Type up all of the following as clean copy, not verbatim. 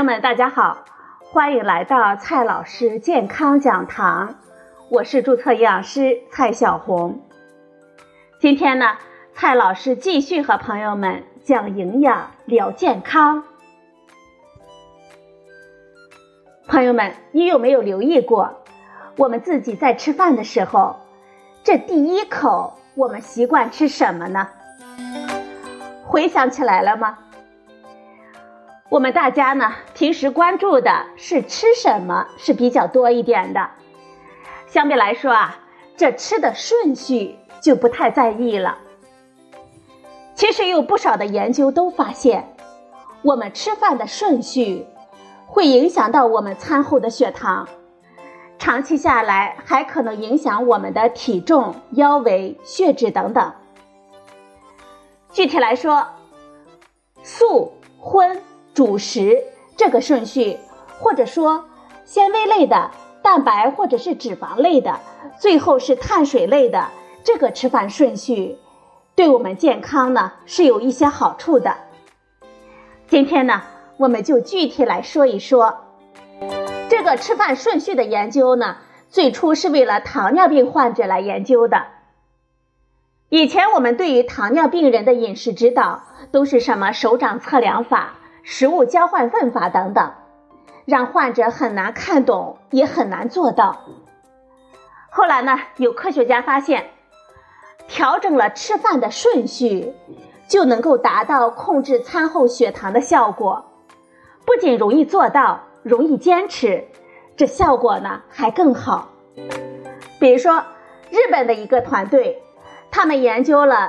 们大家好，欢迎来到蔡老师健康讲堂，我是注册营养师蔡小红。今天呢，蔡老师继续和朋友们讲营养聊健康。朋友们，你有没有留意过，我们自己在吃饭的时候，这第一口我们习惯吃什么呢？回想起来了吗？我们大家呢，平时关注的是吃什么是比较多一点的，相比来说啊，这吃的顺序就不太在意了。其实有不少的研究都发现，我们吃饭的顺序会影响到我们餐后的血糖，长期下来还可能影响我们的体重、腰围、血脂等等。具体来说，素、荤、主食这个顺序，或者说纤维类的、蛋白或者是脂肪类的，最后是碳水类的，这个吃饭顺序对我们健康呢是有一些好处的。今天呢，我们就具体来说一说这个吃饭顺序的研究呢，最初是为了糖尿病患者来研究的。以前我们对于糖尿病人的饮食指导都是什么手掌测量法、食物交换份法等等，让患者很难看懂，也很难做到。后来呢，有科学家发现，调整了吃饭的顺序，就能够达到控制餐后血糖的效果，不仅容易做到，容易坚持，这效果呢还更好。比如说，日本的一个团队，他们研究了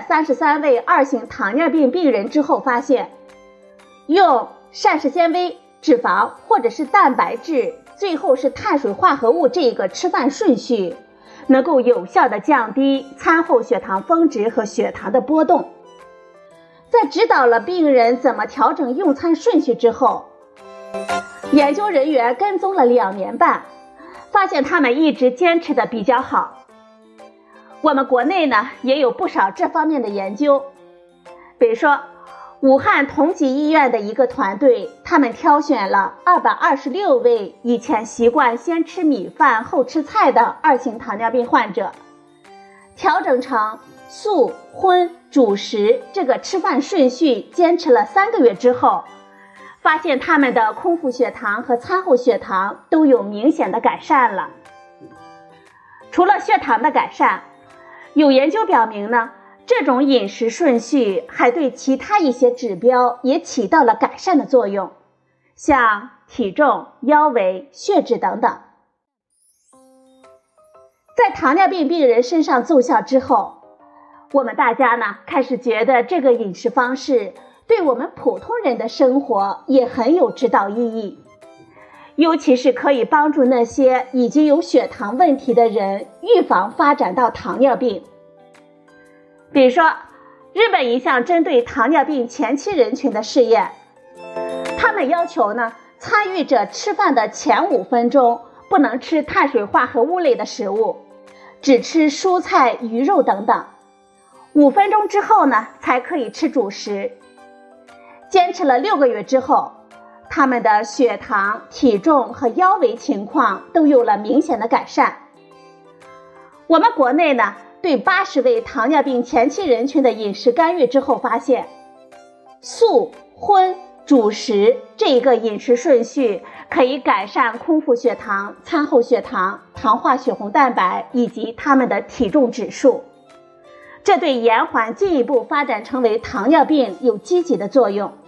333位2型糖尿病病人之后发现，用膳食纤维、脂肪或者是蛋白质，最后是碳水化合物这个吃饭顺序，能够有效的降低餐后血糖峰值和血糖的波动。在指导了病人怎么调整用餐顺序之后，研究人员跟踪了2年半，发现他们一直坚持的比较好。我们国内呢也有不少这方面的研究，比如说武汉同济医院的一个团队，他们挑选了226位以前习惯先吃米饭后吃菜的2型糖尿病患者，调整成素、荤、主食这个吃饭顺序，坚持了3个月之后，发现他们的空腹血糖和餐后血糖都有明显的改善了。除了血糖的改善，有研究表明呢，这种饮食顺序还对其他一些指标也起到了改善的作用，像体重、腰围、血脂等等。在糖尿病病人身上奏效之后，我们大家呢开始觉得这个饮食方式对我们普通人的生活也很有指导意义，尤其是可以帮助那些已经有血糖问题的人预防发展到糖尿病。比如说，日本一项针对糖尿病前期人群的试验，他们要求呢，参与者吃饭的前5分钟不能吃碳水化合物类的食物，只吃蔬菜、鱼肉等等，5分钟之后呢，才可以吃主食。坚持了6个月之后，他们的血糖、体重和腰围情况都有了明显的改善。我们国内呢，对80位糖尿病前期人群的饮食干预之后发现，素、荤、主食这一个饮食顺序可以改善空腹血糖、餐后血糖、糖化血红蛋白以及他们的体重指数，这对延缓进一步发展成为糖尿病有积极的作用。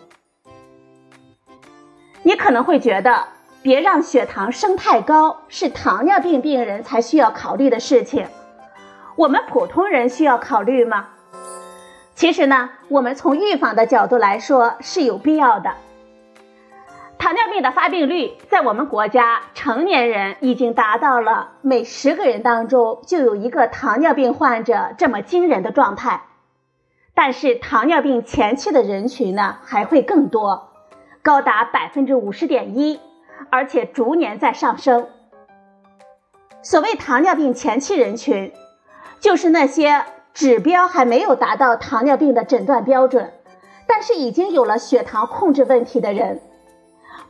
你可能会觉得，别让血糖升太高是糖尿病病人才需要考虑的事情，我们普通人需要考虑吗？其实呢，我们从预防的角度来说是有必要的。糖尿病的发病率在我们国家成年人已经达到了每10个人当中就有1个糖尿病患者这么惊人的状态，但是糖尿病前期的人群呢还会更多，高达 50.1%， 而且逐年在上升。所谓糖尿病前期人群，就是那些指标还没有达到糖尿病的诊断标准，但是已经有了血糖控制问题的人，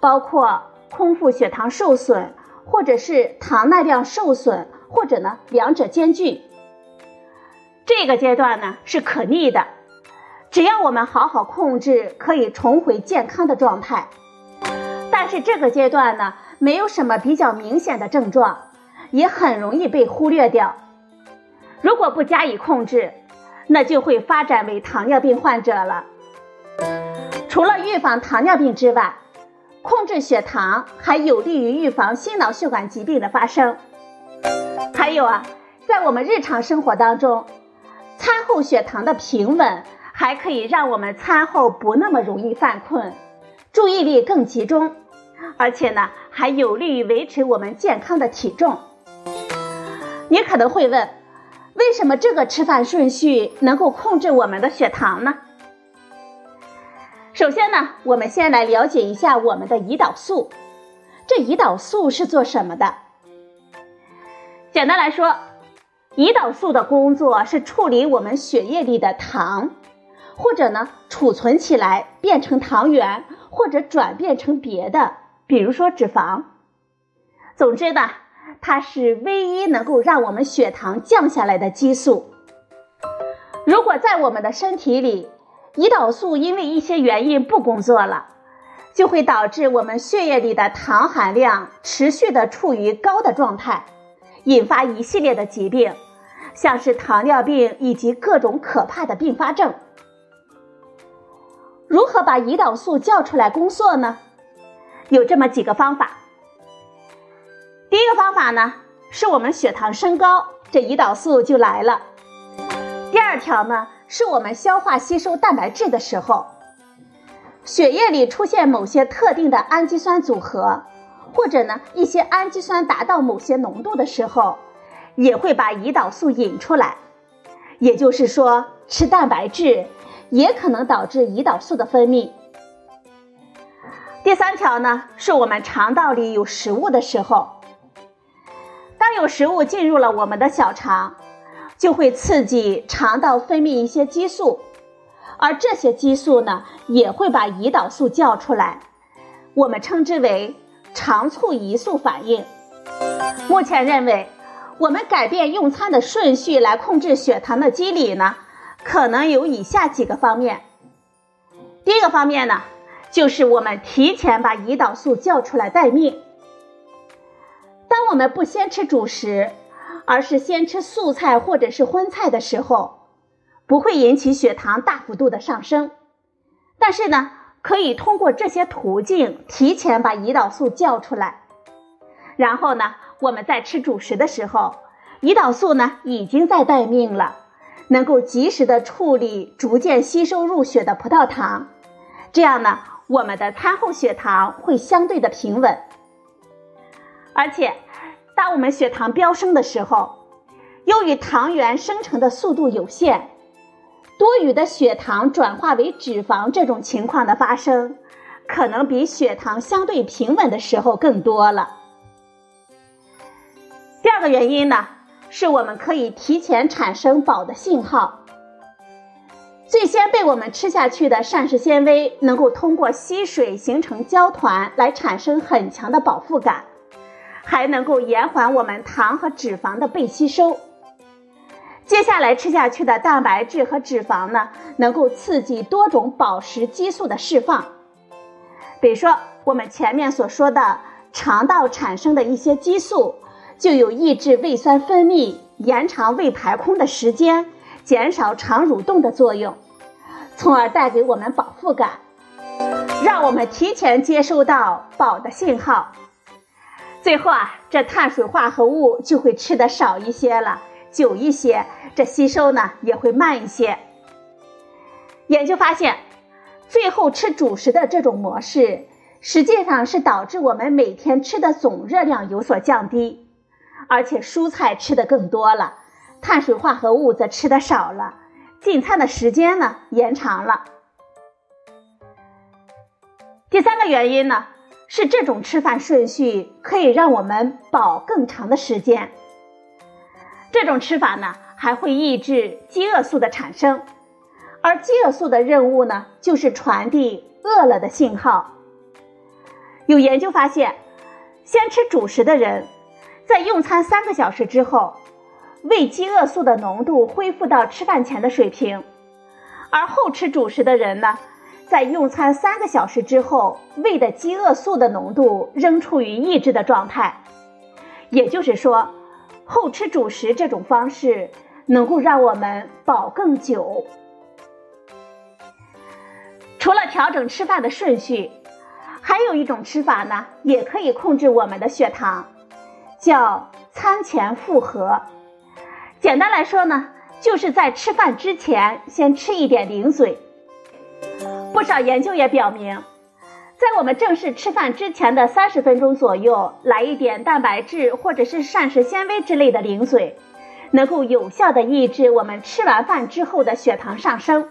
包括空腹血糖受损，或者是糖耐量受损，或者呢两者兼具。这个阶段呢是可逆的，只要我们好好控制，可以重回健康的状态。但是这个阶段呢，没有什么比较明显的症状，也很容易被忽略掉。如果不加以控制，那就会发展为糖尿病患者了。除了预防糖尿病之外，控制血糖还有利于预防心脑血管疾病的发生。还有在我们日常生活当中，餐后血糖的平稳还可以让我们餐后不那么容易犯困，注意力更集中，而且呢还有利于维持我们健康的体重。你可能会问，为什么这个吃饭顺序能够控制我们的血糖呢？首先呢，我们先来了解一下我们的胰岛素。这胰岛素是做什么的？简单来说，胰岛素的工作是处理我们血液里的糖，或者呢储存起来变成糖原，或者转变成别的，比如说脂肪。总之呢，它是唯一能够让我们血糖降下来的激素。如果在我们的身体里，胰岛素因为一些原因不工作了，就会导致我们血液里的糖含量持续的处于高的状态，引发一系列的疾病，像是糖尿病以及各种可怕的并发症。如何把胰岛素叫出来工作呢？有这么几个方法。第一个方法呢，是我们血糖升高，这胰岛素就来了。第二条呢，是我们消化吸收蛋白质的时候，血液里出现某些特定的氨基酸组合，或者呢一些氨基酸达到某些浓度的时候，也会把胰岛素引出来。也就是说，吃蛋白质也可能导致胰岛素的分泌。第三条呢，是我们肠道里有食物的时候，当有食物进入了我们的小肠，就会刺激肠道分泌一些激素，而这些激素呢，也会把胰岛素叫出来，我们称之为肠促胰素反应。目前认为，我们改变用餐的顺序来控制血糖的机理呢，可能有以下几个方面。第一个方面呢，就是我们提前把胰岛素叫出来待命。当我们不先吃主食，而是先吃素菜或者是荤菜的时候，不会引起血糖大幅度的上升。但是呢，可以通过这些途径提前把胰岛素叫出来。然后呢，我们在吃主食的时候，胰岛素呢已经在待命了，能够及时的处理逐渐吸收入血的葡萄糖。这样呢，我们的餐后血糖会相对的平稳。而且当我们血糖飙升的时候，由于糖原生成的速度有限，多余的血糖转化为脂肪这种情况的发生，可能比血糖相对平稳的时候更多了。第二个原因呢，是我们可以提前产生饱的信号。最先被我们吃下去的膳食纤维能够通过吸水形成胶团来产生很强的饱腹感，还能够延缓我们糖和脂肪的被吸收。接下来吃下去的蛋白质和脂肪呢，能够刺激多种饱食激素的释放。比如说我们前面所说的肠道产生的一些激素，就有抑制胃酸分泌、延长胃排空的时间、减少肠蠕动的作用，从而带给我们饱腹感，让我们提前接收到饱的信号。最后这碳水化合物就会吃得少一些了，久一些，这吸收呢也会慢一些。研究发现，最后吃主食的这种模式，实际上是导致我们每天吃的总热量有所降低，而且蔬菜吃的更多了，碳水化合物则吃的少了，进餐的时间呢延长了。第三个原因呢，是这种吃饭顺序可以让我们饱更长的时间。这种吃法呢，还会抑制饥饿素的产生，而饥饿素的任务呢，就是传递饿了的信号。 有研究发现，先吃主食的人，在用餐3个小时之后，胃饥饿素的浓度恢复到吃饭前的水平，而后吃主食的人呢，在用餐3个小时之后，胃的饥饿素的浓度仍处于抑制的状态。也就是说，后吃主食这种方式能够让我们饱更久。除了调整吃饭的顺序，还有一种吃法呢，也可以控制我们的血糖，叫餐前复合。简单来说呢，就是在吃饭之前先吃一点零嘴。不少研究也表明，在我们正式吃饭之前的30分钟左右，来一点蛋白质或者是膳食纤维之类的零嘴，能够有效地抑制我们吃完饭之后的血糖上升。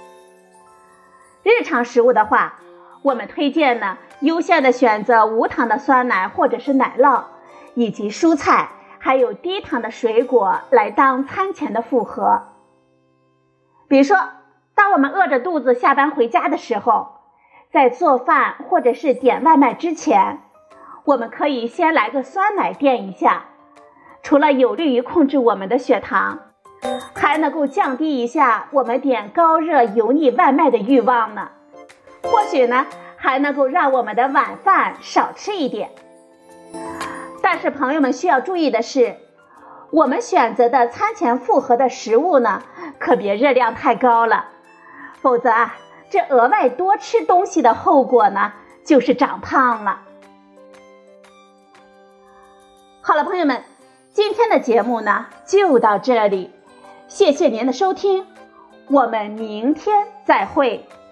日常食物的话，我们推荐呢，优先的选择无糖的酸奶或者是奶酪，以及蔬菜，还有低糖的水果来当餐前的复合。比如说，当我们饿着肚子下班回家的时候，在做饭或者是点外卖之前，我们可以先来个酸奶垫一下，除了有利于控制我们的血糖，还能够降低一下我们点高热油腻外卖的欲望呢。或许呢，还能够让我们的晚饭少吃一点。但是朋友们需要注意的是，我们选择的餐前复合的食物呢，可别热量太高了，否则这额外多吃东西的后果呢，就是长胖了。好了，朋友们，今天的节目呢就到这里，谢谢您的收听，我们明天再会。